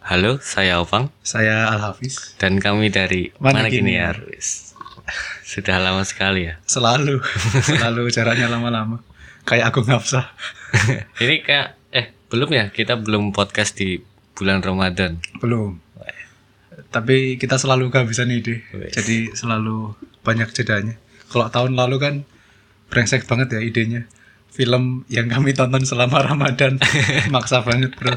Halo, saya Opang. Saya Al-Hafiz. Dan kami dari Mana Gini Gini ya. Sudah lama sekali ya. Selalu jaraknya lama-lama. Kayak Agung Hafsah. Ini kayak belum ya, kita belum podcast di bulan Ramadan. Belum. Tapi kita selalu kehabisan ide. Wes. Jadi selalu banyak jedanya. Kalau tahun lalu kan brengsek banget ya idenya. Film yang kami tonton selama Ramadan. Maksa banget, bro.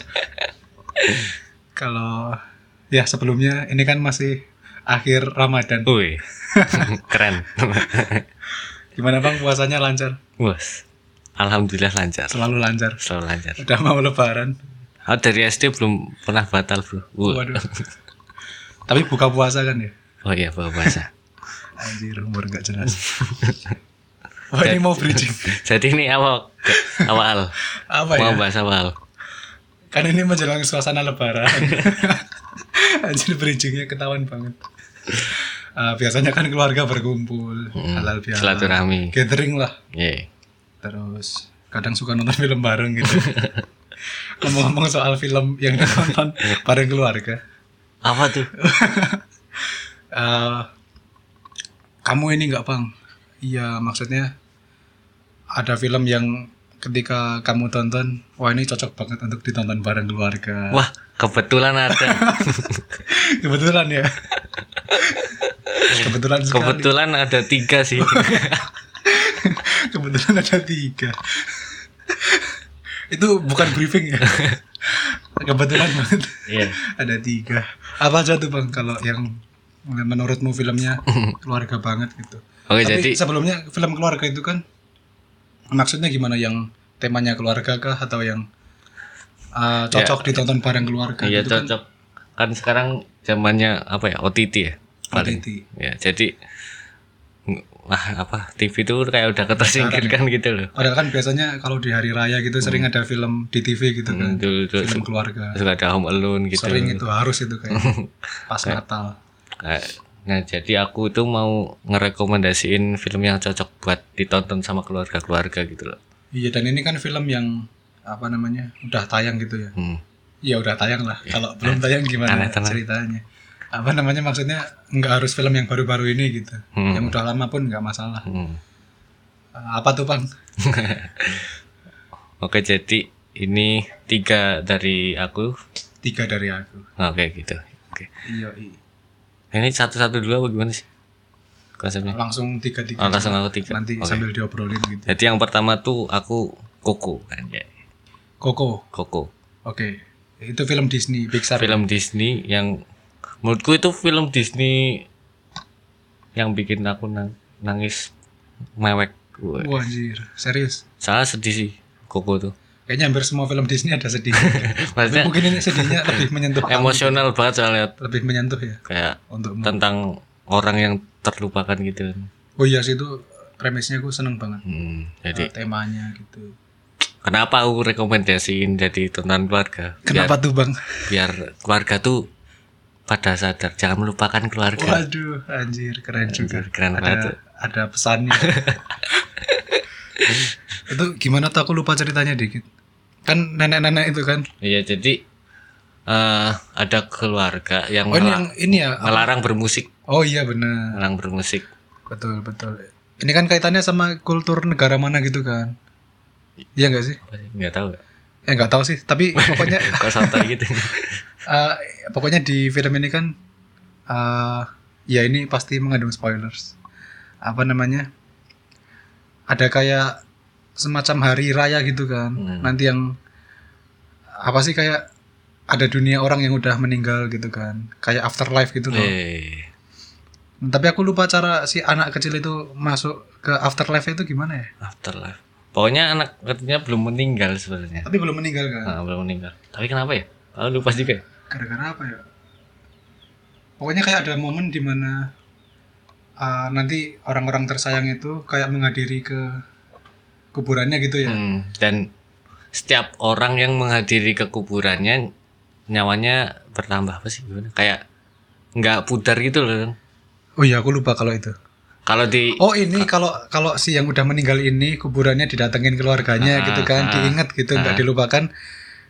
Kalau ya sebelumnya ini kan masih akhir Ramadan. Wih. Keren. Gimana Bang, puasanya lancar? Bos. Alhamdulillah lancar. Selalu lancar. Selalu lancar. Udah mau lebaran. Dari SD belum pernah batal, Bro. Waduh. Tapi buka puasa kan ya? Oh iya, buka puasa. Anjir, umur gak jelas. Wah, ini mau bridging. Jadi ini awal. Apa Mau ya? bahas awal. Kan ini menjelang suasana lebaran. Anjir, bridgingnya ketahuan banget. Biasanya kan keluarga berkumpul, halal bihalal, Silaturahmi. gathering lah. Iya. Terus kadang suka nonton film bareng gitu. Ngomong-ngomong soal film yang ditonton bareng keluarga. Apa tuh? Kamu ini nggak Bang? Iya, maksudnya ada film yang ketika kamu tonton, wah ini cocok banget untuk ditonton bareng keluarga. Wah, kebetulan ada. Kebetulan ya. Kebetulan sekali. Kebetulan ada 3 sih. Kebetulan ada 3. Itu bukan briefing ya. Kebetulan banget. Iya. Ada 3. Apa aja tuh Bang kalau yang menurutmu filmnya keluarga banget gitu? Oke, Tapi jadi sebelumnya film keluarga itu kan maksudnya gimana, yang temanya keluarga kah atau yang cocok ditonton bareng keluarga iya gitu kan? cocok. Kan sekarang zamannya apa ya? OTT ya. Paling. OTT. Ya, jadi TV itu kayak udah ketersingkirkan gitu loh. Padahal kan biasanya kalau di hari raya gitu sering ada film di TV gitu kan. Film keluarga. Terus ada Home Alone gitu. Sering itu harus itu kayak pas Natal. Nah, jadi aku tuh mau ngerekomendasiin film yang cocok buat ditonton sama keluarga-keluarga gitu loh. Iya, dan ini kan film yang apa namanya? Udah tayang gitu ya. Ya udah tayang lah. Kalau belum tayang gimana ceritanya? Apa namanya, maksudnya nggak harus film yang baru-baru ini gitu. Yang udah lama pun nggak masalah. Apa tuh Bang? Oke, jadi ini 3 dari aku. 3 dari aku. Oke gitu. Oke. Iya. Ini satu-satu dulu apa gimana sih konsepnya? Langsung 3. Langsung aku 3. Nanti sambil diobrolin gitu. Jadi yang pertama tuh aku Coco kan ya. Coco. Oke. Itu film Disney Pixar. Film Disney yang menurutku itu film Disney yang bikin aku nangis mewek. Wah, anjir, serius. Salah sedih sih Coco tuh. Kayaknya hampir semua film Disney ada sedih. Maksudnya Mungkin ini sedihnya lebih menyentuh kamu. emosional banget soalnya, Lebih menyentuh ya kayak untukmu. tentang orang yang terlupakan gitu. Oh iya sih, itu premisnya gue seneng banget. Jadi Temanya gitu. kenapa aku rekomendasiin jadi tonton keluarga? Kenapa tuh Bang? Biar keluarga tuh pada sadar jangan melupakan keluarga. Waduh, anjir, keren juga. Keren banget. Ada pesannya. Itu gimana tuh, aku lupa ceritanya dikit. Kan nenek-nenek itu kan. Iya, jadi ada keluarga yang ini ya. ngelarang bermusik. Oh iya benar. Ngelarang bermusik. Betul. Ini kan kaitannya sama kultur negara mana gitu kan? Iya nggak sih? Nggak tahu. Nggak tahu sih. Tapi pokoknya. Kok santai gitu. Pokoknya di film ini kan, ya ini pasti mengandung spoilers. Apa namanya? Ada kayak semacam hari raya gitu kan. Nanti yang apa sih, kayak ada dunia orang yang udah meninggal gitu kan. Kayak afterlife gitu loh. Tapi aku lupa cara si anak kecil itu masuk ke afterlife itu gimana ya? Afterlife. Pokoknya anak kecilnya belum meninggal sebenarnya. Tapi belum meninggal kan? Belum meninggal. Tapi kenapa ya? Aku lupa juga. Gara-gara apa ya? Pokoknya kayak ada momen dimana nanti orang-orang tersayang itu kayak menghadiri ke kuburannya gitu ya. Dan setiap orang yang menghadiri ke kuburannya nyawanya bertambah apa sih gimana? Kayak nggak pudar gitu loh. Oh iya, aku lupa kalau itu. Kalau di ini kalau si yang udah meninggal ini kuburannya didatengin keluarganya gitu kan, diingat gitu, nggak dilupakan.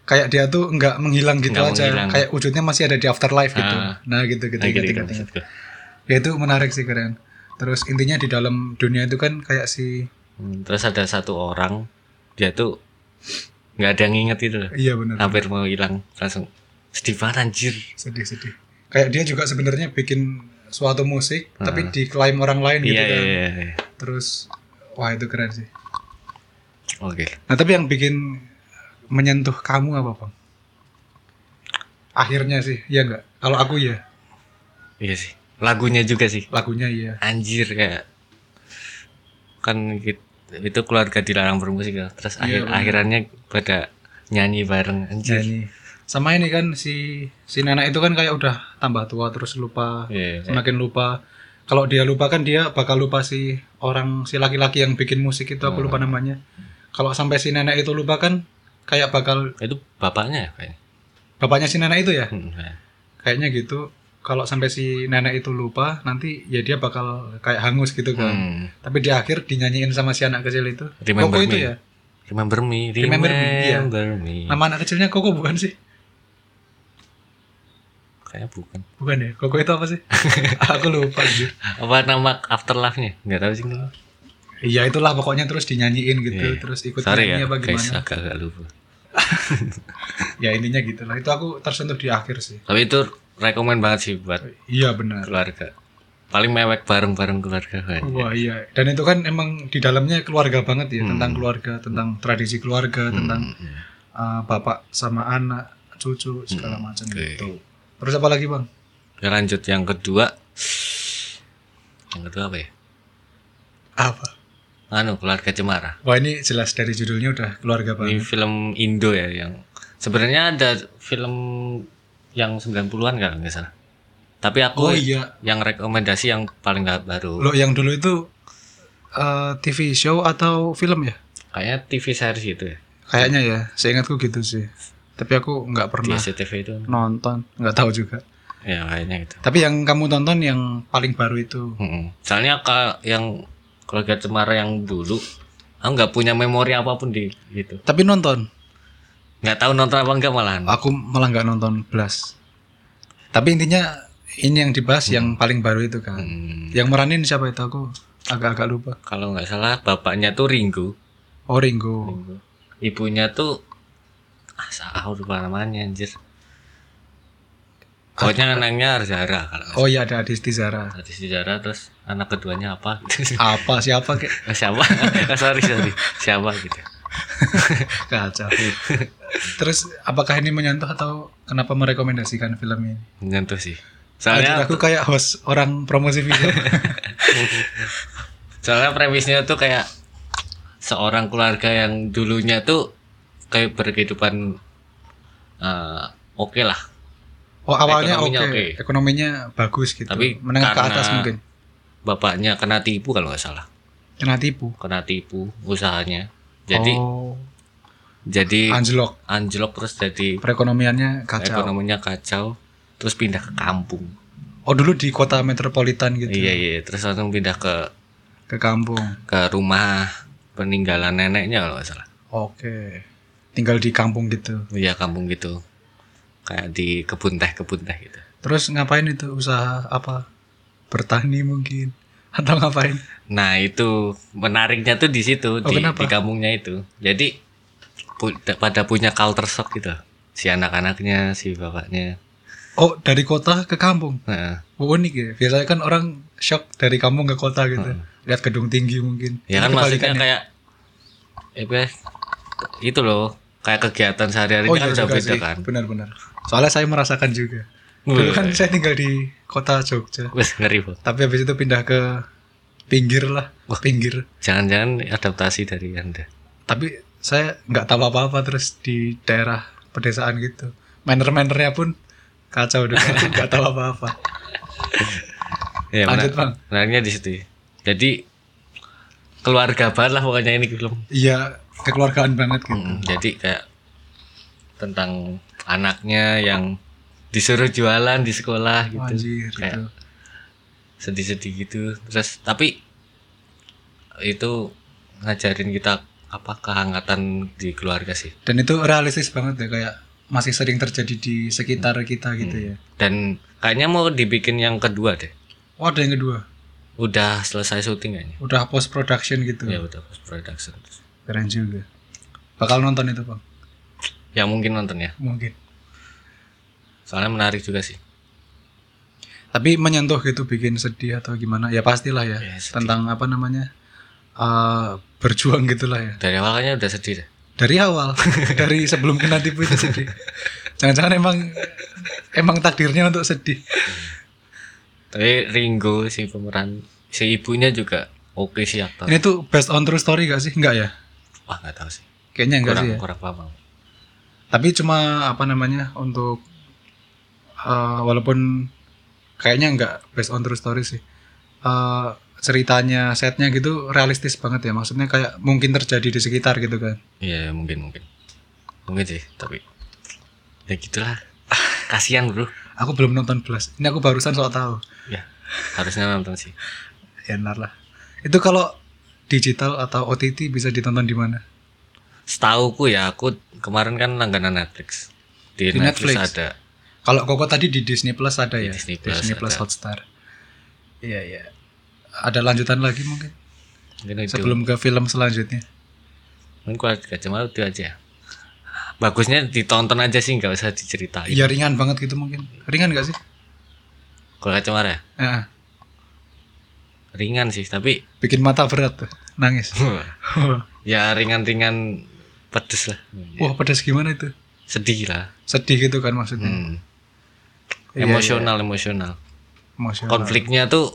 kayak dia tuh nggak menghilang gitu Nggak aja, menghilang. kayak wujudnya masih ada di afterlife gitu. Ah. Nah gitu gitu, Nah, gitu, ingat, gitu, ingat, ingat. maksudku. Ya itu menarik sih, keren. Terus intinya di dalam dunia itu kan kayak si Terus ada satu orang dia tuh nggak ada yang nginget itu loh. iya benar, Hampir mau hilang, langsung sedih banget anjir. sedih. Kayak dia juga sebenarnya bikin suatu musik tapi diklaim orang lain gitu Iya, kan. iya, iya. Terus wah itu keren sih. Oke. Nah tapi yang bikin menyentuh kamu apa, Bang? Akhirnya sih, ya enggak? Kalau aku ya, Iya sih. Lagunya juga sih. lagunya iya. Anjir, kayak kan itu keluarga dilarang bermusik ya. Terus Iya, bener. akhirannya pada nyanyi bareng anjir. Nyanyi. Sama ini kan si nenek itu kan kayak udah tambah tua terus lupa, Iya. semakin lupa. Kalau dia lupa kan dia bakal lupa si laki-laki yang bikin musik itu, aku lupa namanya. Kalau sampai si nenek itu lupa kan kayak bakal Itu bapaknya ya kayaknya. bapaknya si nenek itu ya. Nah. Kayaknya gitu. Kalau sampai si nenek itu lupa nanti ya dia bakal kayak hangus gitu kan. Tapi di akhir dinyanyiin sama si anak kecil itu. Remember Koko itu Me. ya. Remember me, Remember Me, iya. me. Nama anak kecilnya Koko bukan sih? Kayaknya bukan. Bukan ya? Koko itu apa sih? Aku lupa anjir. Apa nama afterlife-nya? Nggak tahu sih. Iya itulah pokoknya terus dinyanyiin gitu, Iya. terus ikut Sorry nyanyi ya, apa guys, gimana. agak lupa. Ya intinya gitu lah. Itu aku tersentuh di akhir sih. Tapi itu rekomen banget sih buat Iya benar. keluarga. Paling mewek bareng-bareng keluarga kan. Wah iya. Dan itu kan emang di dalamnya keluarga banget ya, tentang keluarga, tentang tradisi keluarga, tentang bapak sama anak, cucu segala macam Oke. gitu. Terus apa lagi, Bang? Ya, lanjut yang kedua. Yang kedua apa ya? Apa? Keluarga Cemara. Wah ini jelas dari judulnya udah keluarga Ini banget. film Indo ya yang sebenarnya ada film yang 90-an kalau nggak salah. Tapi aku Oh iya. yang rekomendasi yang paling baru. Lo yang dulu itu TV show atau film ya? Kayaknya TV series itu ya. Kayaknya ya, seingatku gitu sih. Tapi aku nggak Di pernah SCTV itu. nonton, nggak tahu juga. Ya kayaknya gitu. Tapi yang kamu tonton yang paling baru itu. Soalnya yang keluarga Cemara yang dulu aku nggak punya memori apapun di gitu. Tapi nonton. Nggak tahu nonton apa enggak malahan. Aku malah nggak nonton Blast. Tapi intinya ini yang dibahas yang paling baru itu kan. Yang meranin siapa itu, aku agak-agak lupa. Kalau nggak salah bapaknya tuh Ringo. Oh Ringo. Ibunya tuh aku lupa namanya anjir. Pokoknya anaknya Zara kalau nggak Oh iya ada Adisti Zara. salah. Di Zara terus anak keduanya apa? Apa siapa kek? Siapa? sorry siapa gitu. Kacau. Terus apakah ini menyentuh atau kenapa merekomendasikan film ini? Menyentuh sih. Anjir, Soalnya aku kayak host orang promosi film. soalnya premisnya tuh kayak seorang keluarga yang dulunya tuh kayak berkehidupan oke lah. Oh awalnya Ekonominya oke, oke. ekonominya bagus gitu. Tapi menengah ke karena atas mungkin. Bapaknya kena tipu kalau nggak salah. Kena tipu. Kena tipu usahanya. Jadi Oh, jadi anjlok. anjlok terus jadi Perekonomiannya kacau. ekonominya kacau terus pindah ke kampung. Oh dulu di kota metropolitan gitu. Iya terus langsung pindah Ke kampung. ke rumah peninggalan neneknya kalau nggak salah. Oke. Tinggal di kampung gitu. Iya kampung gitu kayak di kebun teh gitu. Terus ngapain itu, usaha apa? Bertani mungkin atau ngapain? Nah itu menariknya tuh di situ kenapa? di kampungnya itu. Jadi pada punya culture shock gitu. Si anak-anaknya, si bapaknya. Oh dari kota ke kampung. Nah, Oh, unik ya. Biasanya kan orang shock dari kampung ke kota gitu. Lihat gedung tinggi mungkin. ya Ini kan maksudnya kebalikannya. kayak itu loh kayak kegiatan sehari-harinya kan udah juga beda sih. kan. Benar-benar. Soalnya saya merasakan juga. Dulu kan saya tinggal di kota Jogja. Wes ngeri Bos. Tapi habis itu pindah ke pinggir lah. Pinggir. Jangan-jangan adaptasi dari Anda. Tapi saya nggak tahu apa-apa terus di daerah pedesaan gitu. Manner-mannernya pun kacau deh. Nggak tahu apa-apa. Ya, Lanjut, Bang. Menariknya di situ. Jadi keluarga banget lah pokoknya ini film. Iya, kekeluargaan banget gitu. Jadi kayak tentang anaknya yang disuruh jualan di sekolah gitu. Anjir, Kayak gitu. sedih-sedih gitu. Terus tapi itu ngajarin kita apa kehangatan di keluarga sih. Dan itu realistis banget ya, kayak masih sering terjadi di sekitar kita gitu ya. Dan kayaknya mau dibikin yang kedua deh. Oh, ada yang kedua. Udah selesai syuting kayaknya. Udah post production gitu. Ya udah post production. Keren juga. Bakal nonton itu, Bang? Ya mungkin nonton ya. Mungkin. Soalnya menarik juga sih. Tapi menyentuh gitu, bikin sedih atau gimana? Ya pastilah ya. Ya, sedih. Tentang apa namanya? Berjuang gitulah ya. Dari awal kayaknya udah sedih deh. Dari awal, dari sebelum kena tipu itu sedih. Jangan-jangan emang takdirnya untuk sedih. Tapi Ringo si pemeran si ibunya juga oke sih aktor. Ini tuh based on true story gak sih? Enggak ya? Wah nggak tahu sih. Kayaknya enggak Kurang sih ya. kurang paham. Tapi cuma apa namanya, untuk walaupun kayaknya enggak based on true story sih. Ceritanya, setnya gitu realistis banget ya. Maksudnya kayak mungkin terjadi di sekitar gitu kan. Iya mungkin sih tapi ya gitulah. Kasihan bro. Aku belum nonton Blast. Ini aku barusan soal tahu. Ya harusnya nonton sih. Ya ntar lah. Itu kalau digital atau OTT bisa ditonton di mana? Setauku ya aku kemarin kan langganan Netflix. Di Netflix ada. Kalau Koko tadi di Disney Plus ada Di ya? Disney Plus ada. Hotstar. Iya, iya. Ada lanjutan lagi mungkin? Mungkin itu. Sebelum ke film selanjutnya. Mungkin kalau cuma itu aja. Bagusnya ditonton aja sih, nggak usah diceritain. Iya, ringan banget gitu mungkin. Ringan gak sih? Kalau kacamata ya? Ya, Ringan sih, tapi bikin mata berat tuh. Nangis. ya ringan-ringan pedes lah. Wah, pedas gimana itu? Sedih lah. Sedih gitu kan maksudnya. Iya, Emosional. Emosional. Konfliknya tuh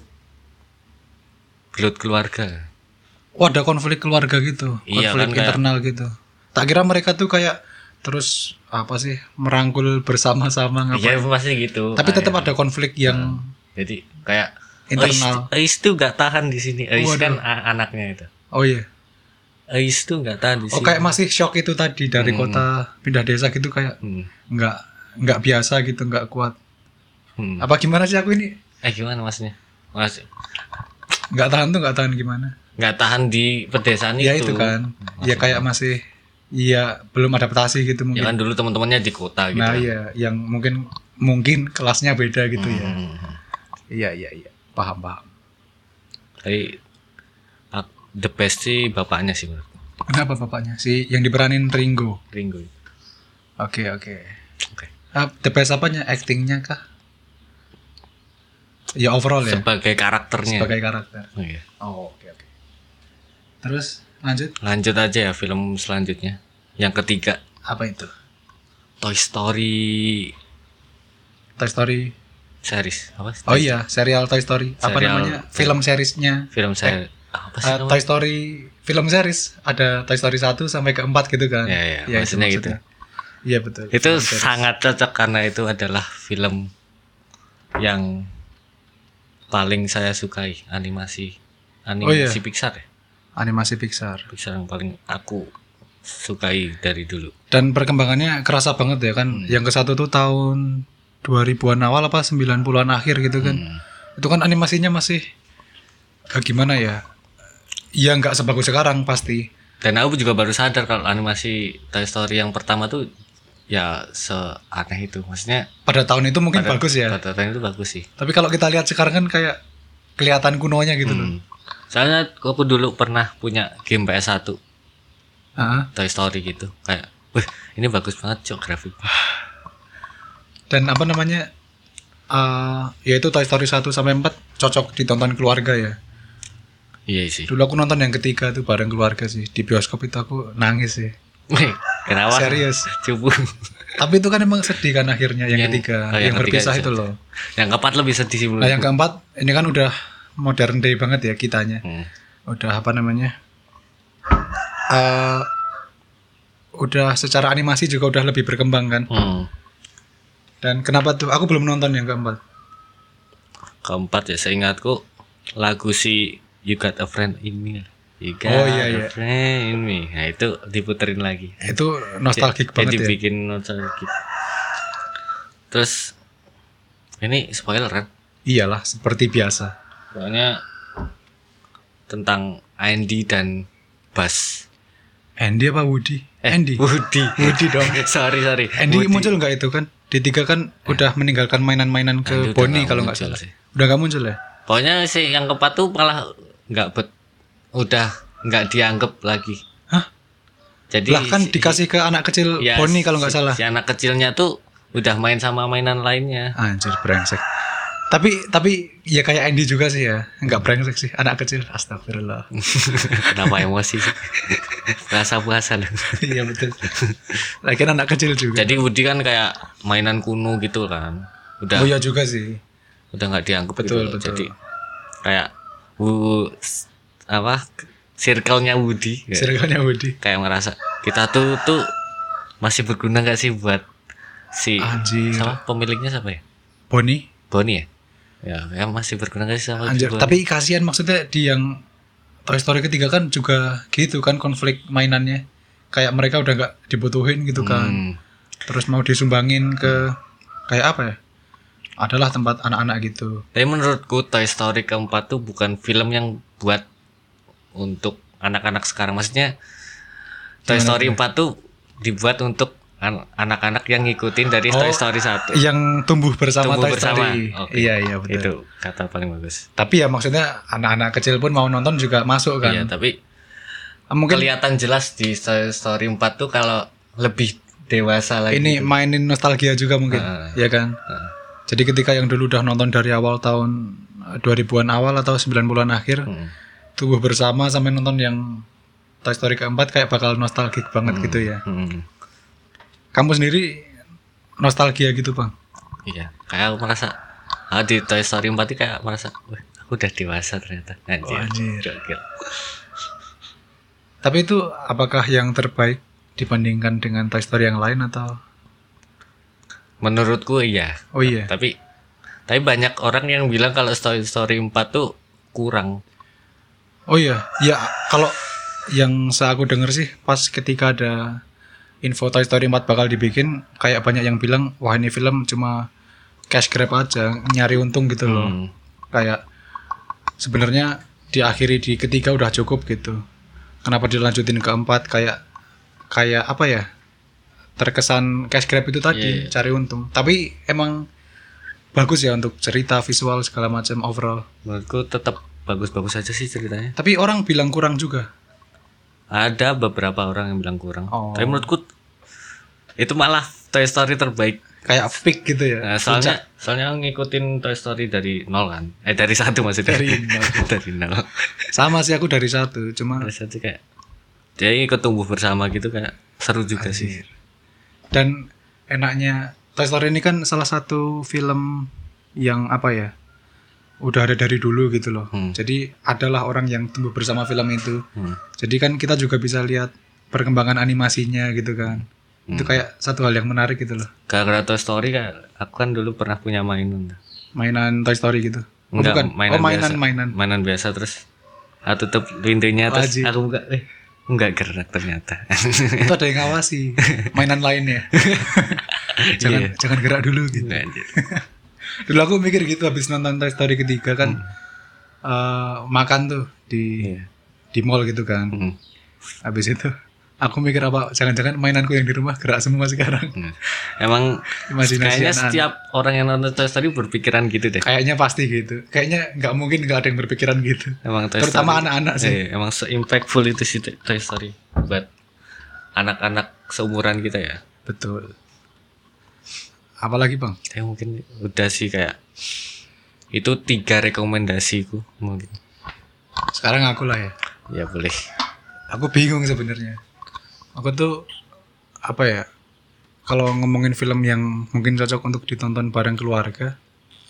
gelut keluarga. Oh, ada konflik keluarga gitu. Iya, Konflik kan kayak- internal gitu. Tak kira mereka tuh kayak terus apa sih, merangkul bersama-sama Iya ngapain. pasti gitu. Tapi tetap Kayak- ada konflik yang Jadi kayak internal. Ais tuh nggak tahan di sini. Ais Waduh. kan anaknya itu. Oh iya. Ais tuh nggak tahan di Oh, sini. kayak masih shock itu tadi dari kota pindah desa gitu, kayak Hmm. nggak biasa gitu, nggak kuat. Hmm. Apa gimana sih aku ini? Gimana maksudnya? Nggak tahan tuh nggak tahan gimana? Nggak tahan di pedesaan Ya itu. itu kan. Ya kayak masih, iya belum adaptasi gitu Ya mungkin. kan dulu teman-temannya di kota gitu. Nah iya, yang mungkin kelasnya beda gitu ya. Hmm. Iya, paham. Tapi the best sih bapaknya sih menurutku. Kenapa bapaknya? Si yang diperanin Ringo. Ringo. Oke. Oke. The best apanya? Actingnya kah? Ya overall ya. Sebagai karakternya. Sebagai karakter. Oh, iya. Oh, oke. Terus lanjut. Lanjut aja ya film selanjutnya. Yang ketiga, Apa itu? Toy Story Toy Story. series. Apa? Oh iya, serial Toy Story. Apa Serial- namanya? Film seriesnya. Film series. Apa sih namanya? Toy Story film series. Ada Toy Story 1 sampai ke 4 gitu kan. Ya, Iya, itu maksudnya gitu. Iya betul. Itu Film series. sangat cocok karena itu adalah film yang paling saya sukai, animasi Oh, iya. Pixar ya. Animasi Pixar. Pixar yang paling aku sukai dari dulu. Dan perkembangannya kerasa banget ya kan. Yang ke satu tuh tahun 2000-an awal apa 90-an akhir gitu kan. Itu kan animasinya masih gimana ya? Ya nggak sebagus sekarang pasti. Dan aku juga baru sadar kalau animasi Toy Story yang pertama tuh ya seaneh itu. Maksudnya Pada tahun itu mungkin bagus ya. pada tahun itu bagus sih. Tapi kalau kita lihat sekarang kan kayak kelihatan kunonya gitu loh. Soalnya aku dulu pernah punya game PS1 Ah, Toy Story gitu. Kayak, wih ini bagus banget cok grafik. dan apa namanya? Yaitu Toy Story 1 sampai 4 cocok ditonton keluarga ya. Iya sih. Dulu aku nonton yang ketiga tuh bareng keluarga sih. Di bioskop itu aku nangis sih. Wih, kenapa? Serius. Cupu. Tapi itu kan emang sedih kan akhirnya yang ketiga, yang yang ketiga berpisah itu itu loh. Yang keempat lebih sedih sih Nah, yang keempat ini kan udah modern day banget ya kitanya. Hmm. Udah apa namanya? Udah secara animasi juga udah lebih berkembang kan. Dan kenapa tuh? Aku belum nonton yang keempat. Keempat ya seingatku lagu si You Got a Friend in Me. You Got Oh, iya, a iya. Friend in Me. Nah itu diputerin lagi. Itu nostalgic banget ya. Dibikin nostalgic. Terus ini spoiler kan? Iyalah, seperti biasa. Soalnya tentang Andy dan Buzz. Andy apa Woody? Andy. Woody. Woody dong. sorry. Andy Woody. muncul nggak itu kan? Di 3 kan udah meninggalkan mainan-mainan ke Andy udah Bonnie nggak kalau nggak muncul salah. sih. Udah nggak muncul ya? Pokoknya sih yang keempat tuh malah udah nggak dianggap lagi. Hah? Jadi Lah kan dikasih ke anak kecil ya, Bonnie kalau nggak salah. Si anak kecilnya tuh udah main sama mainan lainnya. Anjir brengsek. Tapi ya kayak Andy juga sih ya. Enggak brengsek sih, anak kecil. Astagfirullah. Kenapa emosi sih? Puasa loh. Iya betul. Lagian anak kecil juga. Jadi Woody kan kayak mainan kuno gitu kan. Oh iya juga sih. Udah nggak dianggap Betul, gitu. betul. Jadi kayak circle-nya Woody Circle-nya Woody. kayak ngerasa kita tuh masih berguna gak sih buat si Anjir. sama pemiliknya siapa ya? Bonnie. Bonnie ya masih berguna gak sih sama Anjir, Bonnie? tapi kasihan maksudnya di yang Toy Story ketiga kan juga gitu kan konflik mainannya. Kayak mereka udah nggak dibutuhin gitu kan. Terus mau disumbangin ke kayak apa ya? Adalah tempat anak-anak gitu. Tapi menurutku Toy Story keempat tuh bukan film yang buat untuk anak-anak sekarang. Maksudnya Toy Story 4 tuh dibuat untuk anak-anak yang ngikutin dari Toy Story 1. Yang tumbuh bersama Tumbuh Toy bersama. Story. Oke. Iya betul. Itu kata paling bagus. Tapi ya maksudnya anak-anak kecil pun mau nonton juga masuk kan. Iya, tapi Mungkin kelihatan jelas di Toy Story 4 tuh kalau lebih dewasa lagi. ini mainin nostalgia juga mungkin. Ya kan. Jadi ketika yang dulu udah nonton dari awal tahun 2000-an awal atau 90-an akhir, tumbuh bersama sampai nonton yang Toy Story keempat kayak bakal nostalgic banget gitu ya. Kamu sendiri nostalgia gitu bang? Iya, kayak aku merasa di Toy Story 4 itu kayak merasa, wah, aku udah dewasa ternyata. Anjir. Gokil. Tapi itu apakah yang terbaik dibandingkan dengan Toy Story yang lain atau? Menurutku iya. Oh iya. Tapi banyak orang yang bilang kalau Toy Story 4 tuh kurang. Oh iya. Ya kalau yang aku denger sih pas ketika ada info Toy Story 4 bakal dibikin, kayak banyak yang bilang wah ini film cuma cash grab aja, nyari untung gitu loh. Kayak sebenarnya diakhiri di ketiga udah cukup gitu. Kenapa dilanjutin ke 4 kayak apa ya? Terkesan cash grab itu tadi, cari untung. Tapi emang bagus ya untuk cerita, visual segala macam overall. Menurutku tetap bagus-bagus aja sih ceritanya. Tapi orang bilang kurang juga. Ada beberapa orang yang bilang kurang. Oh. Tapi menurutku itu malah Toy Story terbaik. Kayak peak gitu ya. Nah, soalnya ngikutin Toy Story dari nol kan. Dari 1 maksudnya. Dari nol. Dari nol. Sama sih aku dari 1, cuma Dari 1 kayak dia ikut tumbuh bersama gitu kayak seru juga sih. dan enaknya Toy Story ini kan salah satu film yang apa ya? Udah ada dari dulu gitu loh. Jadi adalah orang yang tumbuh bersama film itu. Jadi kan kita juga bisa lihat perkembangan animasinya gitu kan. Itu kayak satu hal yang menarik gitu loh. Gara-gara Toy Story kayak aku kan dulu pernah punya Mainan Toy Story gitu. Enggak, Bukan. mainan biasa terus tutup pintunya terus Wajib. aku buka enggak gerak ternyata. Itu ada yang ngawasi mainan lainnya. jangan gerak dulu gitu. Dulu aku mikir gitu habis nonton Toy Story ketiga kan makan tuh di mall gitu kan. Habis itu aku mikir apa jangan-jangan mainanku yang di rumah gerak semua sekarang. Emang Imajinasi kayaknya anak-anak. setiap orang yang nonton Toy Story berpikiran gitu deh. Kayaknya pasti gitu. Kayaknya nggak mungkin nggak ada yang berpikiran gitu. Emang Toy Terutama Story, anak-anak sih. emang se-impactful itu sih Toy Story buat anak-anak seumuran kita ya. Betul. Apalagi bang? Saya mungkin udah sih kayak itu 3 rekomendasiku mungkin. Sekarang aku lah ya. Ya boleh. Aku bingung sebenarnya. Aku tuh apa ya? Kalau ngomongin film yang mungkin cocok untuk ditonton bareng keluarga,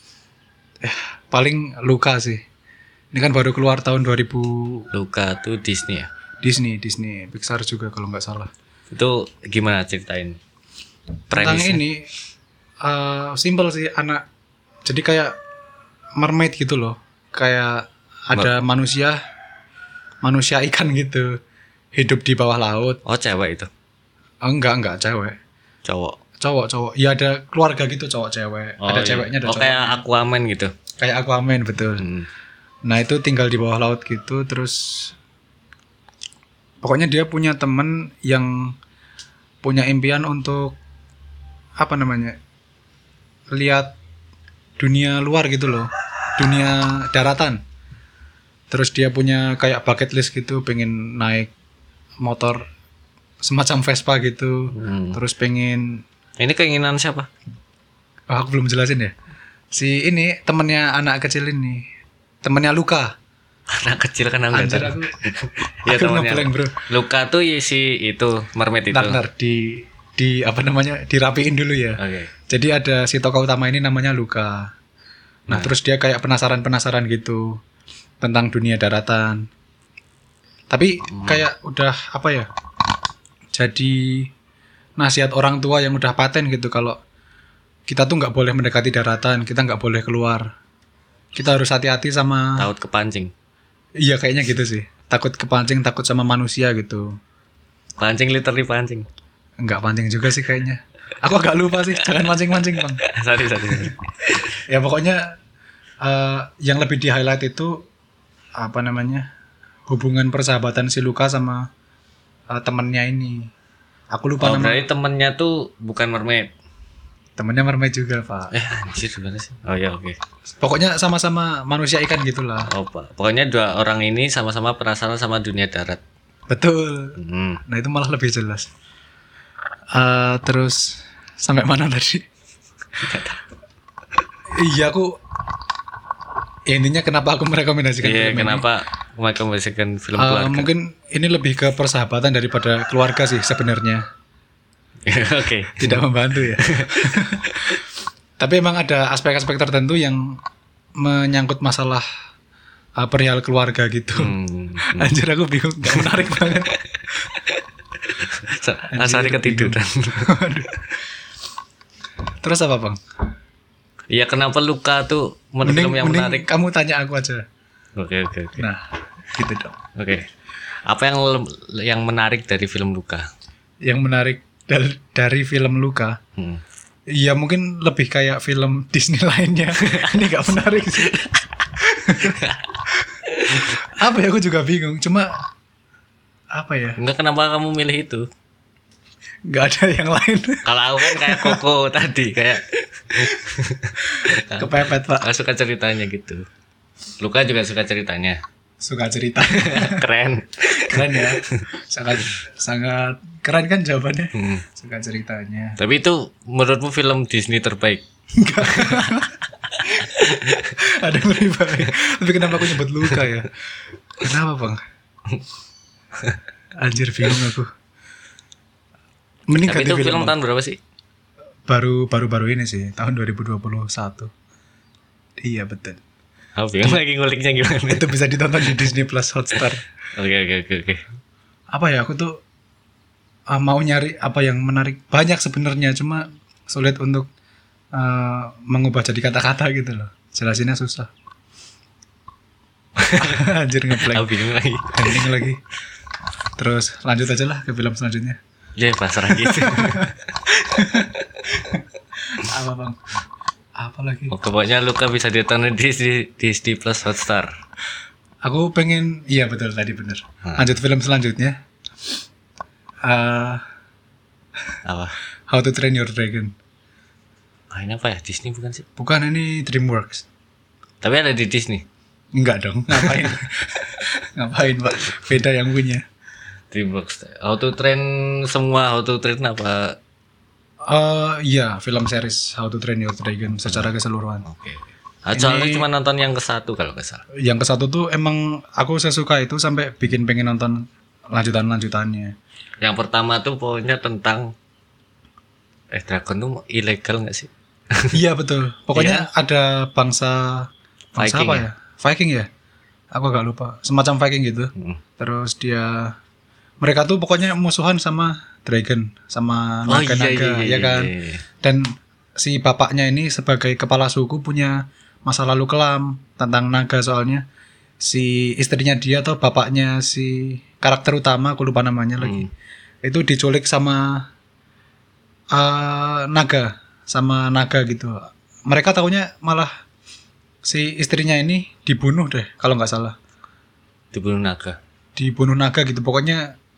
paling Luca sih. Ini kan baru keluar tahun 2000. Luca tuh Disney ya. Disney, Pixar juga kalau nggak salah. Itu gimana ceritain? Tentang Premisnya? ini simple sih anak. Jadi kayak mermaid gitu loh. Kayak ada manusia ikan gitu. Hidup di bawah laut. Oh cewek itu. Enggak cewek. Cowok. Ya ada keluarga gitu cowok cewek. Oh, ada iya. ceweknya ada cowok. Kayak Aquaman gitu. Kayak Aquaman betul. Nah itu tinggal di bawah laut gitu terus Pokoknya dia punya temen yang punya impian untuk apa namanya, lihat dunia luar gitu loh, dunia daratan. Terus dia punya kayak bucket list gitu, pengen naik motor semacam Vespa gitu. Terus pengen, Ini keinginan siapa? aku belum jelasin ya. Si ini temennya anak kecil ini, temennya Luka. Anak kecil kan enggak Anjir tahu. aku Ya aku temannya. ngeblank, bro. Luka tuh ya si itu mermaid itu. Ntar di apa namanya, dirapiin dulu ya. Oke. Jadi ada si tokoh utama ini namanya Luka. Nah, terus dia kayak penasaran gitu tentang dunia daratan. Tapi kayak udah apa ya? Jadi nasihat orang tua yang udah paten gitu, kalau kita tuh nggak boleh mendekati daratan, kita nggak boleh keluar. Kita harus hati-hati sama. Takut kepancing. Iya kayaknya gitu sih. Takut kepancing, takut sama manusia gitu. Pancing literally pancing. Enggak pancing juga sih kayaknya. Aku agak lupa sih. Jangan mancing-mancing, Bang. sorry. Ya pokoknya yang lebih di highlight itu apa namanya, hubungan persahabatan si Luka sama temennya ini. Aku lupa Oh, nama. berarti temennya tuh bukan mermaid. Temennya mermaid juga, Pak. Anjir gimana sih? Oh ya oke. Pokoknya sama-sama manusia ikan gitulah. Oh, Pak. Pokoknya dua orang ini sama-sama penasaran sama dunia darat. Betul. Nah itu malah lebih jelas. Terus sampai mana tadi? Iya aku. Ya, intinya kenapa aku merekomendasikan Iya, film ini? kenapa merekomendasikan film keluarga? Mungkin ini lebih ke persahabatan daripada keluarga sih sebenarnya. Oke. Tidak membantu ya. Tapi emang ada aspek-aspek tertentu yang menyangkut masalah perihal keluarga gitu. Anjir aku bingung, gak menarik banget. Asari ketiduran. Terus apa, Bang? Iya, kenapa Luka tuh film yang menarik? Kamu tanya aku aja. Oke. Nah, gitu dong. Oke. Apa yang menarik dari film Luka? Yang menarik dari film Luka, ya mungkin lebih kayak film Disney lainnya. Ini gak menarik sih. Apa ya, aku juga bingung. Cuma apa ya? Enggak, kenapa kamu milih itu? Gak ada yang lain. Kalau aku kan kayak Koko tadi, kayak Kepepet, Pak. aku suka ceritanya gitu. Luka juga suka ceritanya. Suka cerita. Keren. Keren ya. Sangat keren kan jawabannya. Suka ceritanya. Tapi itu menurutmu film Disney terbaik? Ada yang lebih baik. Tapi kenapa aku nyebut Luka ya? Kenapa, Bang? Anjir bingung aku. Mending Tapi ganti itu film Bang. tahun berapa sih? Baru ini sih, tahun 2021. Iya, betul. Aku bingung lagi nguliknya gimana. Itu bisa ditonton di Disney Plus Hotstar. Oke. Apa ya, aku tuh mau nyari apa yang menarik. Banyak sebenarnya, cuma sulit untuk mengubah jadi kata-kata gitu loh. Jelasinnya susah. Anjir ngeblank. Aku bingung lagi. Ending lagi. Terus lanjut aja lah ke film selanjutnya. Ya pasrah gitu. Apa, Bang? Apa lagi? Oh, pokoknya Luka bisa ditonton di Disney Plus Hotstar. Aku pengen, iya betul tadi bener. Lanjut film selanjutnya. Apa? How to Train Your Dragon. Ini apa ya? Disney bukan sih? Bukan, ini DreamWorks. Tapi ada di Disney. Enggak dong, ngapain? Ngapain, Pak? Beda yang punya. DreamWorks. How to Train semua How to Train apa? Iya, film series How to Train Your Dragon secara keseluruhan. Oke. Soalnya cuma nonton yang ke-1 kalau nggak salah. Yang ke-1 tuh emang aku sesuka itu sampai bikin pengen nonton lanjutannya. Yang pertama tuh pokoknya tentang Dragon tuh ilegal nggak sih? Iya betul. Pokoknya ada bangsa Viking apa ya? Viking ya? Aku agak lupa. Semacam Viking gitu. Terus mereka tuh pokoknya musuhan sama dragon, sama naga-naga, ya kan? Dan si bapaknya ini sebagai kepala suku punya masa lalu kelam tentang naga, soalnya si istrinya dia atau bapaknya si karakter utama, aku lupa namanya lagi, itu diculik sama naga gitu. Mereka taunya malah si istrinya ini dibunuh deh kalau nggak salah. Dibunuh naga. Dibunuh naga gitu. Pokoknya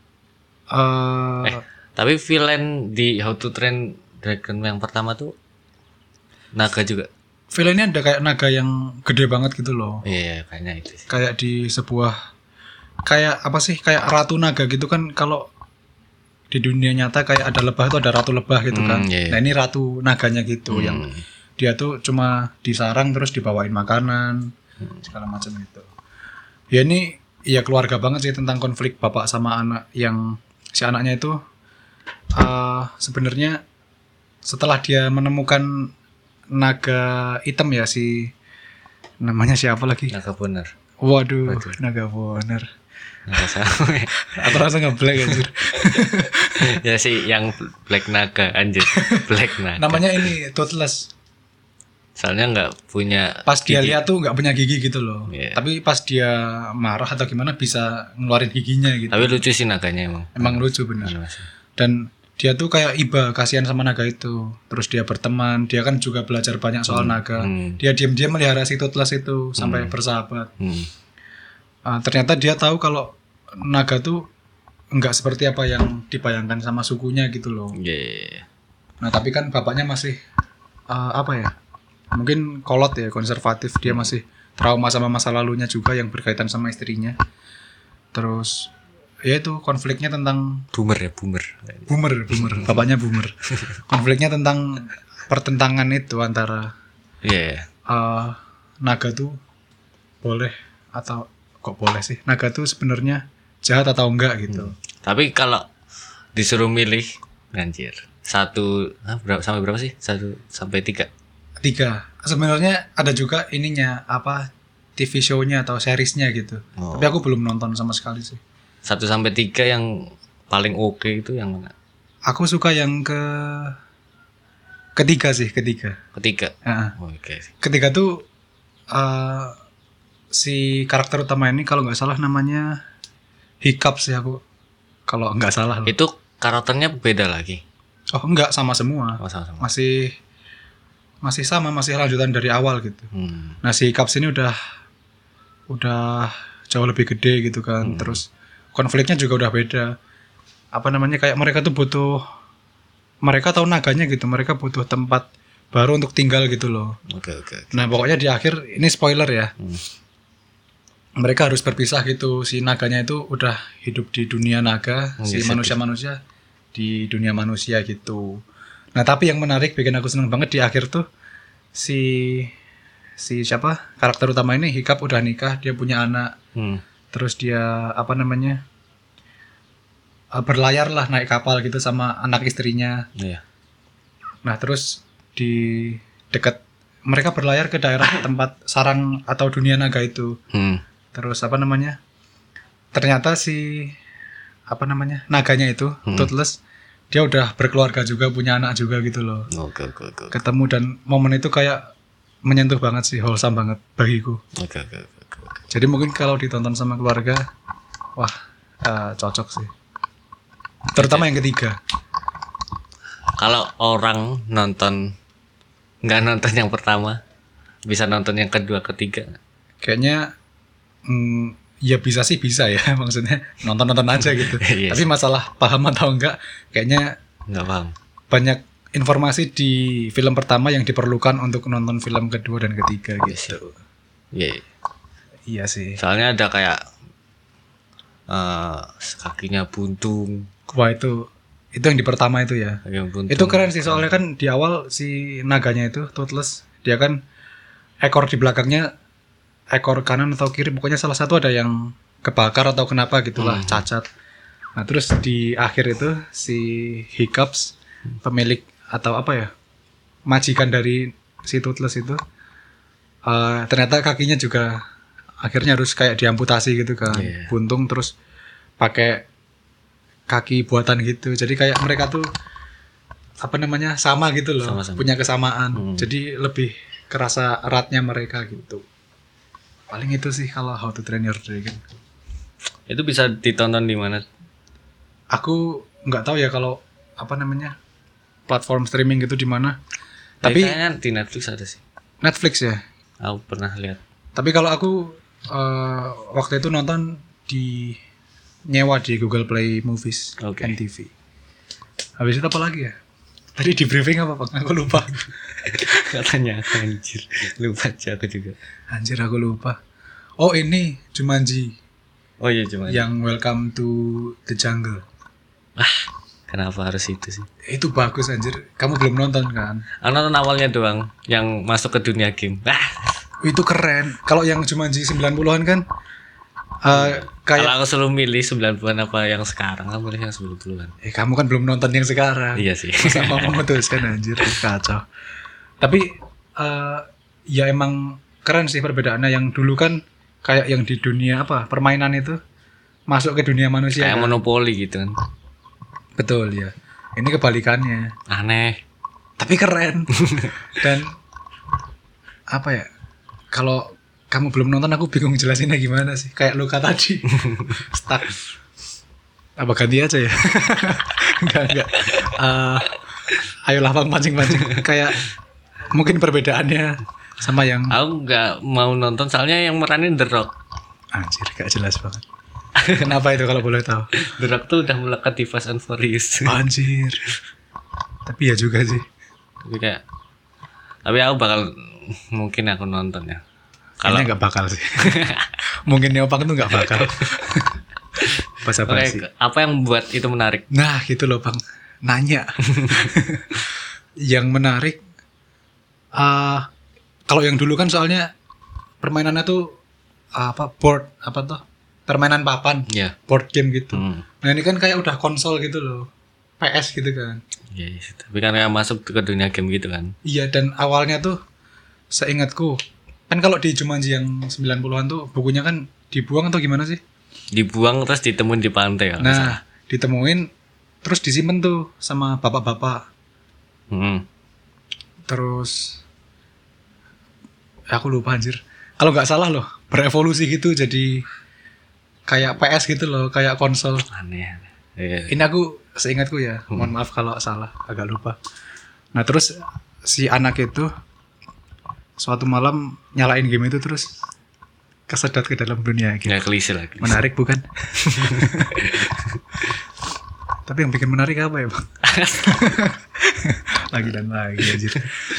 Tapi villain di How to Train Dragon yang pertama tuh naga juga. Villainnya ada kayak naga yang gede banget gitu loh. Iya, kayaknya itu sih. Kayak di sebuah kayak apa sih? Kayak ratu naga gitu kan, kalau di dunia nyata kayak ada lebah itu ada ratu lebah gitu kan. Iya. Nah, ini ratu naganya gitu yang dia tuh cuma disarang terus dibawain makanan segala macam gitu. Ya ini ya keluarga banget sih, tentang konflik bapak sama anak, yang si anaknya itu sebenarnya setelah dia menemukan naga hitam ya, si namanya siapa lagi? Naga bener. Waduh, naga boner. Naga sama. Aku rasa nge-black anjir. Ya sih yang Black Naga anjir. Black Naga. Namanya ini Toothless. Soalnya nggak punya. Pas dia lihat tuh nggak punya gigi gitu loh. Iya. Tapi pas dia marah atau gimana bisa ngeluarin giginya gitu. Tapi lucu sih naganya emang. Emang lucu bener. Animasi. Dan dia tuh kayak iba, kasihan sama naga itu. Terus dia berteman, dia kan juga belajar banyak soal naga. Dia diam-diam melihara si Toothless itu sampai bersahabat. Ternyata dia tahu kalau naga tuh nggak seperti apa yang dibayangkan sama sukunya gitu loh. Yeah. Nah tapi kan bapaknya masih apa ya? Mungkin kolot ya, konservatif. Dia masih trauma sama masa lalunya juga yang berkaitan sama istrinya. Terus ya itu konfliknya tentang Boomer ya, boomer. bapaknya boomer. Konfliknya tentang pertentangan itu antara Iya. naga tuh boleh atau kok boleh sih, naga tuh sebenarnya jahat atau enggak gitu. Tapi kalau disuruh milih, anjir. Berapa sampai berapa sih? 1 sampai 3. 3. Sebenarnya ada juga ininya apa, TV show-nya atau seriesnya gitu. Tapi aku belum nonton sama sekali sih. 1 sampai 3 yang paling oke itu yang mana? Aku suka yang ketiga sih, ketiga. Ketiga. Oke. Ketiga tuh si karakter utama ini kalau nggak salah namanya Hiccup sih aku. Kalau nggak salah loh. Itu karakternya beda lagi. Oh enggak, sama semua. Sama-sama. Masih sama, masih lanjutan dari awal gitu. Nah si Hiccup ini udah jauh lebih gede gitu kan. Terus konfliknya juga udah beda. Apa namanya, kayak mereka tuh mereka tahu naganya gitu, mereka butuh tempat baru untuk tinggal gitu loh. Oke. Nah pokoknya di akhir, ini spoiler ya, mereka harus berpisah gitu. Si naganya itu udah hidup di dunia naga, si manusia di dunia manusia gitu. Nah tapi yang menarik, bikin aku seneng banget di akhir tuh, si siapa karakter utama ini, Hiccup udah nikah, dia punya anak. Terus dia apa namanya, berlayar lah, naik kapal gitu sama anak istrinya. Iya. Nah terus di dekat, mereka berlayar ke daerah tempat sarang atau dunia naga itu. Terus apa namanya, ternyata si apa namanya, naganya itu Toothless, dia udah berkeluarga juga, punya anak juga gitu loh. Oke. Ketemu, dan momen itu kayak menyentuh banget sih, wholesome banget bagiku. Oke. Jadi mungkin kalau ditonton sama keluarga, wah cocok sih. Terutama yang ketiga. Kalau orang nggak nonton yang pertama, bisa nonton yang kedua, ketiga. Kayaknya ya bisa sih, bisa ya. Maksudnya nonton aja gitu. Yes. Tapi masalah paham atau enggak, kayaknya Nggak paham. banyak informasi di film pertama yang diperlukan untuk nonton film kedua dan ketiga gitu. Iya. Iya sih. Soalnya ada kayak kakinya buntung. Wah itu yang di pertama itu ya. Yang buntung. Itu keren sih, soalnya kan di awal si naganya itu Toothless, dia kan ekor di belakangnya, ekor kanan atau kiri, pokoknya salah satu ada yang kebakar atau kenapa gitulah, cacat. Nah terus di akhir itu si Hiccups, pemilik atau apa ya, majikan dari si Toothless itu, ternyata kakinya juga akhirnya harus kayak diamputasi gitu kan. Buntung, terus pakai kaki buatan gitu. Jadi kayak mereka tuh apa namanya, sama gitu loh. Sama-sama. Punya kesamaan. Jadi lebih kerasa eratnya mereka gitu. Paling itu sih kalau How to Train Your Dragon. Itu bisa ditonton di mana? Aku nggak tahu ya kalau apa namanya, platform streaming gitu di mana. Tapi kayaknya di Netflix ada sih. Netflix ya. Aku pernah lihat. Tapi kalau aku waktu itu nonton di nyewa di Google Play Movies Oke. and TV. Habis itu apa lagi ya? Tadi di briefing apa Bang? Aku lupa. Katanya anjir. Lupa aja aku juga. Anjir aku lupa. Oh ini Jumanji Oh iya cuma. yang Welcome to the Jungle. Kenapa harus itu sih? Itu bagus anjir. Kamu belum nonton kan? Aku nonton awalnya doang yang masuk ke dunia game. Itu keren. Kalau yang Jumanji 90-an kan Kalau kayak aku selalu milih 90-an apa yang sekarang, aku milih yang 90-an. kamu kan belum nonton yang sekarang. Iya sih. Masa mau memutuskan anjir kacau. Tapi ya emang keren sih perbedaannya. Yang dulu kan kayak yang di dunia apa permainan itu masuk ke dunia manusia Kayak kan? monopoli gitu kan. Betul ya. Ini kebalikannya. Aneh. Tapi keren. Dan apa ya? Kalau kamu belum nonton aku bingung jelasinnya gimana sih. Kayak Luka tadi. Stuck. Apa ganti aja ya? Enggak. Ayolah Bang pancing-pancing. Kayak mungkin perbedaannya sama yang Aku nggak mau nonton soalnya yang meranin The Rock. anjir gak jelas banget. Kenapa itu kalau boleh tahu? The Rock tuh udah melekat di Fast and Furious. Anjir. Tapi ya juga sih. Tapi aku bakal mungkin aku nonton ya. Kalau Kayaknya nggak bakal sih. Mungkin Neopang tuh nggak bakal. Basa-basi. apa yang membuat itu menarik? Nah gitu loh Bang. Nanya. Yang menarik. Kalau yang dulu kan soalnya permainannya tuh board apa tuh? Permainan papan. Ya. Board game gitu. Hmm. Nah ini kan kayak udah konsol gitu loh. PS gitu kan. Ya, tapi kan kayak masuk ke dunia game gitu kan. Iya dan awalnya tuh seingatku kan kalau di Jumanji yang 90-an tuh bukunya kan dibuang atau gimana sih? Dibuang terus ditemuin di pantai kalau nggak salah. Nah, ditemuin terus disimpan tuh sama bapak-bapak. Hmm. Terus aku lupa anjir. Kalau nggak salah loh, berevolusi gitu jadi kayak PS gitu loh, kayak konsol. Aneh. Iya. Ini aku seingatku ya. Mohon maaf kalau salah, agak lupa. Nah, terus si anak itu suatu malam nyalain game itu terus kesedot ke dalam dunia game. Ya klise lagi. Menarik bukan? Tapi yang bikin menarik apa ya Bang? Lagi dan lagi anjir.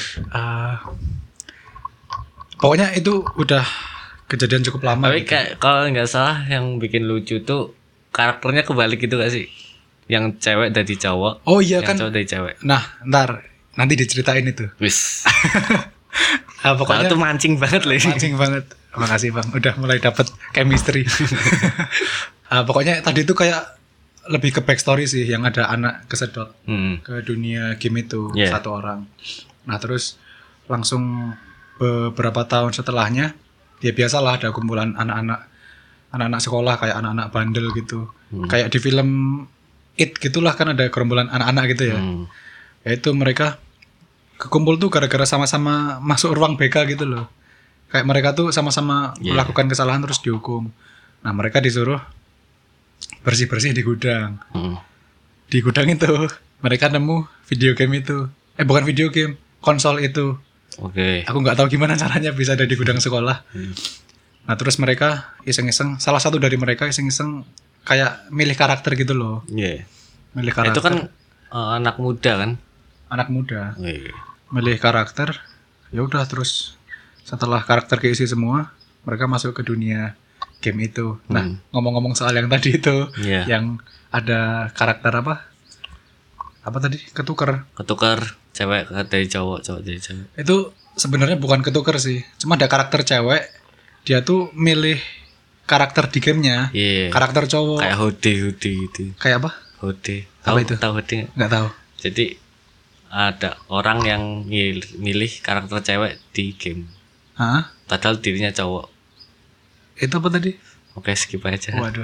Pokoknya itu udah kejadian cukup lama. Tapi gitu. kalau nggak salah yang bikin lucu tuh karakternya kebalik gitu gak sih? Yang cewek dari cowok. Oh iya yang kan. cowok dari cewek. Nah, ntar nanti diceritain itu. Wis. Pokoknya Kalau tuh mancing banget loh. mancing banget. Makasih Bang, udah mulai dapet chemistry. Pokoknya tadi itu kayak lebih ke backstory sih, yang ada anak kesedot ke dunia game itu satu orang. Nah terus langsung beberapa tahun setelahnya, ya biasalah ada kumpulan anak-anak sekolah kayak anak-anak bandel gitu. Kayak di film It gitulah kan ada gerombolan anak-anak gitu ya. Yaitu mereka kekumpul tuh gara-gara sama-sama masuk ruang BK gitu loh. Kayak mereka tuh sama-sama melakukan kesalahan terus dihukum. Nah mereka disuruh bersih-bersih di gudang. Di gudang itu mereka nemu video game itu. Bukan video game, konsol itu. Oke. Aku nggak tahu gimana caranya bisa ada di gudang sekolah. Nah terus mereka iseng-iseng, salah satu dari mereka iseng-iseng kayak milih karakter gitu loh. Iya. Milih karakter. Itu kan anak muda kan? Anak muda. Iya. Milih karakter. Ya udah terus setelah karakter keisi semua, mereka masuk ke dunia game itu. Nah, ngomong-ngomong soal yang tadi itu, yang ada karakter apa? Apa tadi? Ketuker Cewek dari cowok dari cewek. Itu sebenarnya bukan ketuker sih. Cuma ada karakter cewek, dia tuh milih karakter di gamenya. Karakter cowok. Kayak Hode gitu. Kayak apa? Hode. Apa itu? Tahu Hode? Nggak tahu. Jadi ada orang yang milih karakter cewek di game. Hah? Padahal dirinya cowok. Itu apa tadi? Oke, skip aja. Waduh.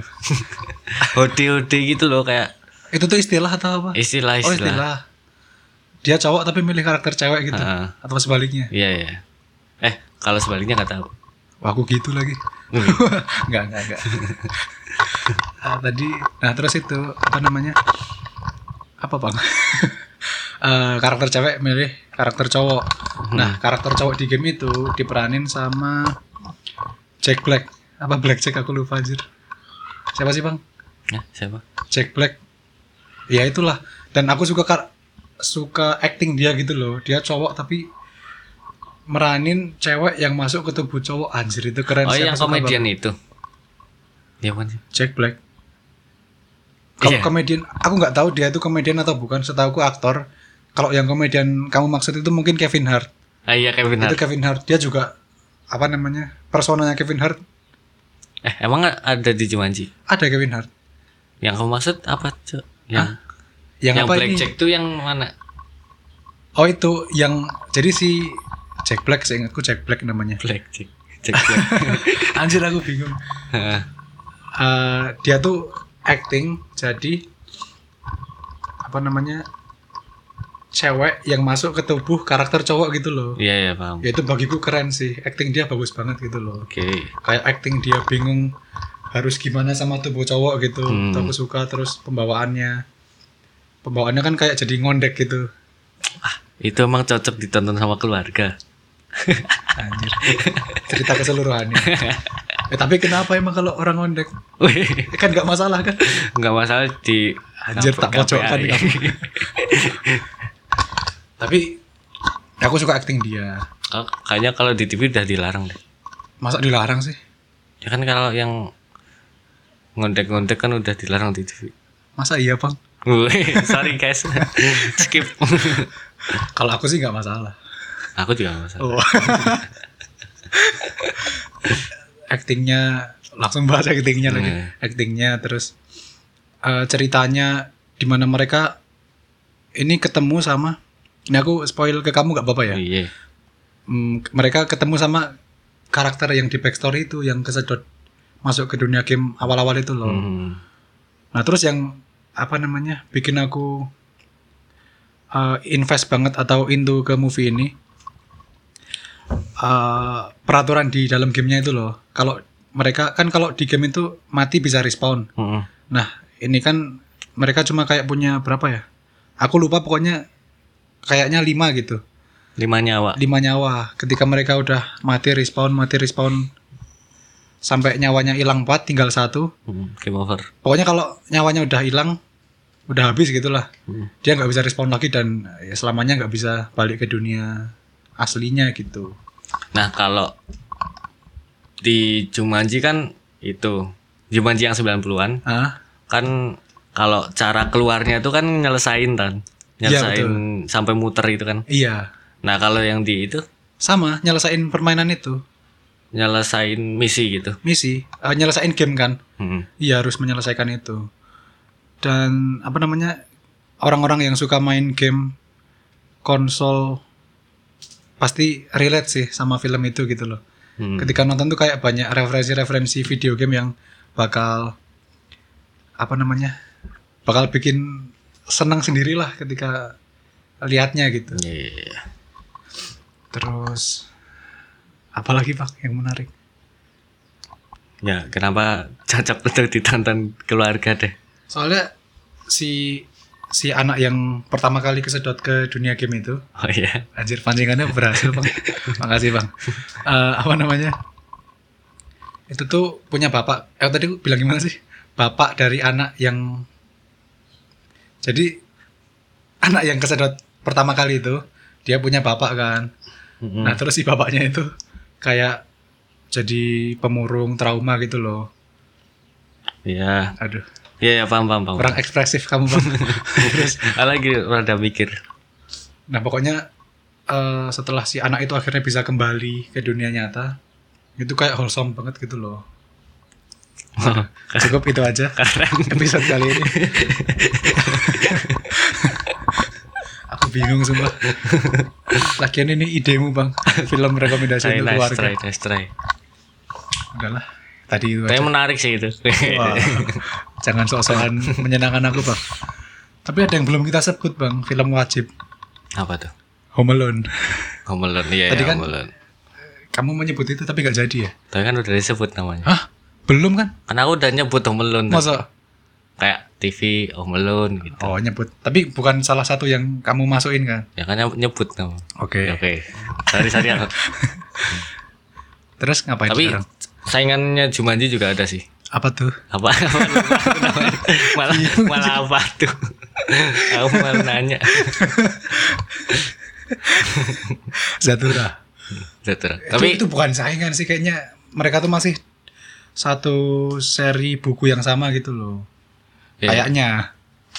Hode gitu loh kayak. Itu tuh istilah atau apa? Istilah. Oh, istilah. Dia cowok tapi milih karakter cewek gitu. Atau sebaliknya? Iya. Kalau sebaliknya nggak tahu. Wah, aku gitu lagi. Enggak. Nah, terus itu apa namanya? Apa Bang? Karakter cewek milih karakter cowok. Nah, karakter cowok di game itu diperanin sama Jack Black. Apa Black Jack aku lupa anjir. Siapa sih Bang? Siapa? Jack Black. Ya itulah. Dan aku suka acting dia gitu loh. Dia cowok tapi meranin cewek yang masuk ke tubuh cowok. Anjir itu keren Oh, sih. yang Aku suka komedian banget. itu. Ya kan sih? Jack Black. Kalau Iya. komedian, aku nggak tahu dia itu komedian atau bukan. Setahuku aktor. Kalau yang komedian kamu maksud itu mungkin Kevin Hart. Ah iya, Kevin Itu Hart. Kevin Hart. Dia juga apa namanya? Personanya Kevin Hart Emang ada di Jumanji? ada Kevin Hart. Yang kamu maksud apa, Cuk? Yang Yang apa Black ini? Jack tuh yang mana? Oh itu yang jadi si Jack Black, seingatku Jack Black namanya. Black Jack. Jack Black. Anjir aku bingung. Heeh. Dia tuh acting jadi apa namanya cewek yang masuk ke tubuh karakter cowok gitu loh. Iya, iya, paham. Ya itu bagiku keren sih. Acting dia bagus banget gitu loh. Oke. Kayak acting dia bingung harus gimana sama tubuh cowok gitu. Itu aku suka. Terus pembawaannya kan kayak jadi ngondek gitu. Itu emang cocok ditonton sama keluarga. Anjir. Cerita keseluruhannya. Tapi kenapa emang kalau orang ngondek? Wih, Kan nggak masalah kan? nggak masalah di Anjir, tak pojokkan KPI. kamu. Tapi aku suka acting dia. Kayaknya kalau di TV udah dilarang deh. Masa dilarang sih? Ya kan kalau yang ngondek-ngondek kan udah dilarang di TV. Masa iya bang? Wih, sorry guys. Skip. Kalau aku sih nggak masalah. Aku juga nggak masalah. Oh. Actingnya langsung bahas actingnya lagi. Actingnya terus ceritanya di mana mereka ini ketemu sama. Ini aku spoil ke kamu nggak apa-apa ya? Iya. Mereka ketemu sama karakter yang di backstory itu yang kesedot masuk ke dunia game awal-awal itu loh. Nah terus yang apa namanya bikin aku invest banget atau into ke movie ini peraturan di dalam gamenya itu loh. Kalau mereka kan kalau di game itu mati bisa respawn. Nah ini kan mereka cuma kayak punya berapa ya? Aku lupa pokoknya kayaknya 5 gitu. 5 nyawa. 5 nyawa. Ketika mereka udah mati respawn sampai nyawanya hilang 4 tinggal 1. Game over. Pokoknya kalau nyawanya udah hilang udah habis gitulah. Dia nggak bisa respawn lagi dan ya, selamanya nggak bisa balik ke dunia aslinya gitu. Nah kalau di Jumanji kan itu Jumanji yang 90-an kan kalau cara keluarnya itu kan nyelesain sampai muter itu kan. Iya. Nah kalau yang di itu Sama nyelesain permainan itu. nyelesain misi gitu. Misi nyelesain game kan. Iya harus menyelesaikan itu. Dan apa namanya orang-orang yang suka main game konsol pasti relate sih sama film itu gitu loh. Ketika nonton tuh kayak banyak referensi video game yang bakal apa namanya bakal bikin senang sendirilah ketika lihatnya gitu. Iya. Terus apalagi Pak yang menarik? Ya kenapa cocok untuk ditonton keluarga deh. Soalnya si anak yang pertama kali kesedot ke dunia game itu, Oh iya. anjir pancingannya berhasil Bang. Makasih Bang. Apa namanya? Itu tuh punya bapak. Tadi aku bilang gimana sih? Bapak dari anak yang jadi anak yang kesedot pertama kali itu dia punya bapak kan. Nah terus si bapaknya itu kayak jadi pemurung trauma gitu loh. Iya. Aduh. Iya, paham. Kurang ekspresif kamu Bang. Terus Lagi rada mikir. nah pokoknya setelah si anak itu akhirnya bisa kembali ke dunia nyata, itu kayak wholesome banget gitu loh. Cukup itu aja episode kali ini. Aku bingung sumpah. Lagian ini idemu Bang. Film rekomendasi untuk keluarga. Nice try. Udahlah. Tadi itu Tapi aja. menarik sih itu. Wah, jangan sok-sokan menyenangkan aku Bang. Tapi ada yang belum kita sebut Bang, film wajib. Apa tuh? Home Alone. Home Alone. Iya, Tadi kan- Home Alone. Kamu menyebut itu tapi gak jadi ya? Tapi kan udah disebut namanya. Hah? Belum kan? Kan aku udah nyebut Home Alone. Masa? Kayak TV Home Alone gitu. Oh nyebut. Tapi bukan salah satu yang kamu masukin kan? Ya kan nyebut nama. Oke. Oke. Sorry aku. Terus ngapain Tapi sekarang? saingannya Jumanji juga ada sih. Apa tuh? Apa? malah malah apa tuh? Aku malah nanya. Zathura. Zathura. Tapi itu bukan saingan sih, kayaknya mereka tuh masih satu seri buku yang sama gitu loh. ya, Kayaknya.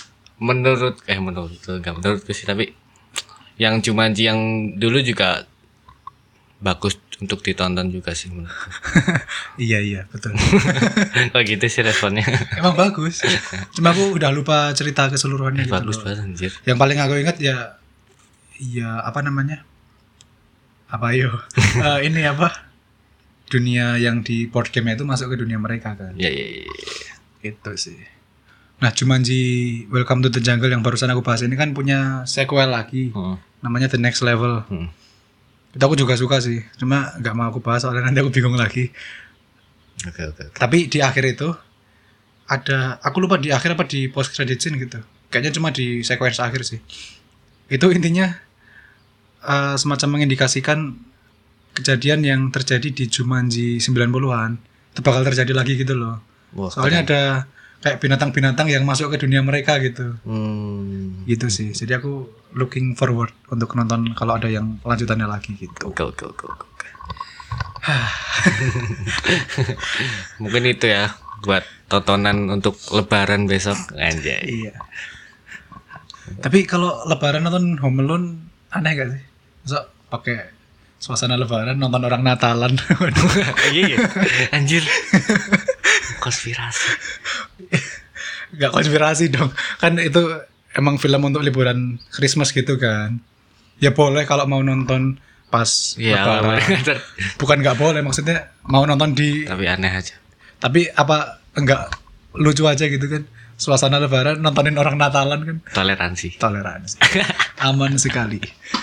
menurutku sih, tapi yang Jumanji yang dulu juga bagus untuk ditonton juga sih menurutku. Iya betul. Kok gitu sih responnya? Emang bagus. Cuma aku udah lupa cerita keseluruhannya gitu Bagus loh. banget anjir. Yang paling aku ingat ya apa namanya? Apa yo? Ini apa? Dunia yang di board game itu masuk ke dunia mereka kan. Ya. Itu sih. Nah, Jumanji Welcome to the Jungle yang barusan aku bahas ini kan punya sequel lagi. Namanya The Next Level. Itu aku juga suka sih. Cuma nggak mau aku bahas soalnya nanti aku bingung lagi. Oke. Tapi di akhir itu ada, aku lupa di akhir apa di post credit scene gitu. Kayaknya cuma di sequence akhir sih. Itu intinya semacam mengindikasikan kejadian yang terjadi di Jumanji 90-an. Itu bakal terjadi lagi gitu loh. Wah, Soalnya keren. ada kayak binatang-binatang yang masuk ke dunia mereka gitu. Gitu sih. Jadi aku looking forward untuk nonton kalau ada yang lanjutannya lagi gitu. Go. Mungkin itu ya buat tontonan untuk lebaran besok anjay. Iya. Tapi kalau lebaran nonton Home Alone aneh gak sih? Masa pakai suasana lebaran nonton orang Natalan. Waduh. Iya. Anjir. Konspirasi. Gak konspirasi dong. Kan itu emang film untuk liburan Christmas gitu kan. Ya boleh kalau mau nonton pas lebaran. Bukan gak boleh, maksudnya mau nonton di. Tapi aneh aja. Tapi apa enggak lucu aja gitu kan. Suasana lebaran nontonin orang Natalan kan. Toleransi. Aman sekali.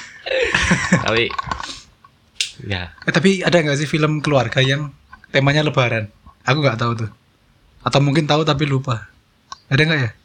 Tapi ya. Tapi ada nggak sih film keluarga yang temanya lebaran? Aku nggak tahu tuh. Atau mungkin tahu tapi lupa. Ada nggak ya?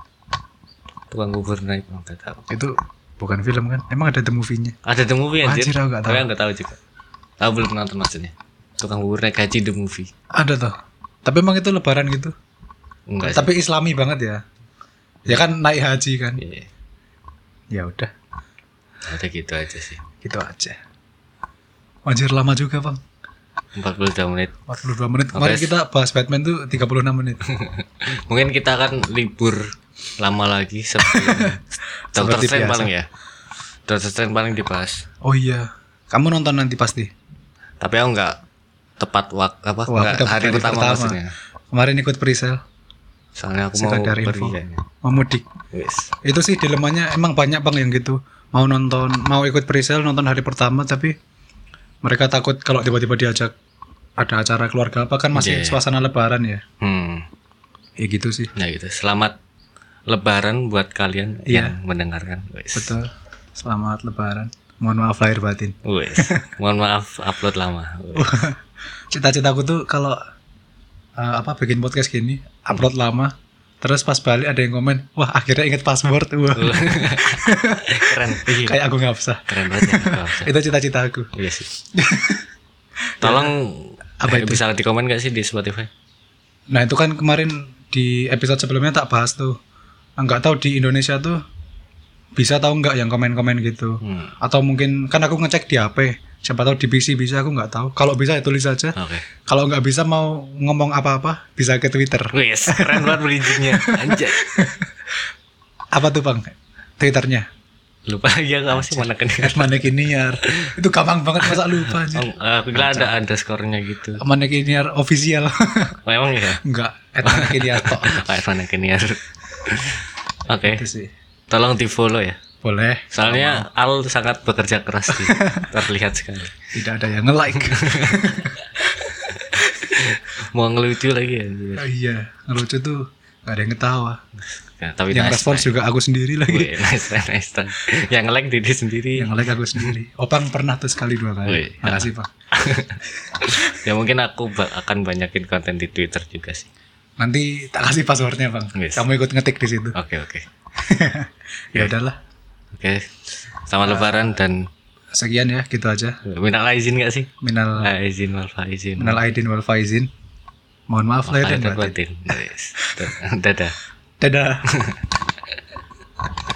Tukang bubur naik nggak tahu. Itu bukan film kan? Emang ada the movie-nya? Ada the movie anjir. Anjir, aku nggak tahu. Tapi nggak tahu juga. Aku belum nonton maksudnya. Tukang bubur naik haji the movie. Ada tuh. Tapi emang itu lebaran gitu? Enggak sih. Tapi Islami banget ya. Ya kan naik haji kan? Iya. Ya udah, Ada gitu aja sih. gitu aja. Anjir lama juga bang. 42 menit. 42 menit. Kemarin Oke. kita bahas Batman tuh 36 menit. Mungkin kita akan libur lama lagi sebelum Doctor Seperti Strange biasa. paling ya. Doctor Strange paling dibahas. Oh iya. Kamu nonton nanti pasti. Tapi aku nggak tepat Wah, nggak udah hari hari pertama maksudnya. Kemarin ikut pre-sale. Soalnya aku mau Sekadar pergi info. kayaknya. Mau mudik. Wis. Itu sih dilemanya, emang banyak bang yang gitu. Mau ikut pre-sale nonton hari pertama, tapi mereka takut kalau tiba-tiba diajak ada acara keluarga apa kan masih Iya. suasana lebaran ya. Ya gitu sih. Nah gitu. Selamat Lebaran buat kalian Iya. yang mendengarkan. Wis. Betul. Selamat lebaran. Mohon maaf lahir batin. Wis. Mohon maaf upload lama. Wis. Cita-citaku tuh kalau bikin podcast gini, upload lama, terus pas balik ada yang komen, wah akhirnya inget password. Wah. Keren. Iya. Kayak aku nggak usah. Keren banget ya. Nggak usah. Itu cita-citaku. Iya sih. Tolong Apa itu? bisa di komen gak sih di Spotify? Nah itu kan kemarin di episode sebelumnya tak bahas tuh. Nggak tahu di Indonesia tuh bisa tahu nggak yang komen-komen gitu. Atau mungkin kan aku ngecek di HP. Siapa tahu di PC bisa, aku nggak tahu. Kalau bisa ya tulis aja. Oke. Kalau nggak bisa mau ngomong apa-apa bisa ke Twitter. Wis, keren banget bridging-nya. Anjay. Apa tuh bang? Twitternya? Lupa lagi aku apa sih mana kan. @manekiniar. Itu gampang banget masa lupa aja. Aku kira ada underscore-nya gitu. Manekiniar official. Oh, emang ya? Enggak, @manekiniar tok. Kayak mana keniar. Oke. Itu sih. Tolong di-follow ya. Boleh. Soalnya Al sangat bekerja keras sih. Terlihat sekali. Tidak ada yang nge-like. Mau ngelucu lagi ya. Iya, ngelucu tuh gak ada yang ketawa. Ya, tapi Yang nice, respons nice. juga aku sendiri lagi. Wih, nice. Yang like diri sendiri. Yang like aku sendiri. Opang pernah tuh sekali 2 kali. Wih. Makasih Pak. Ya mungkin aku akan banyakin konten di Twitter juga sih. Nanti tak kasih passwordnya Bang. Yes. Kamu ikut ngetik di situ. Oke. Ya udahlah. Oke. Selamat Lebaran dan Sekian ya, gitu aja. minal aizin gak sih? Minal Aizin wal faizin. aidin wal faizin. Mohon maaf lahir dan batin. batin. Yes. Dadah. Dadah.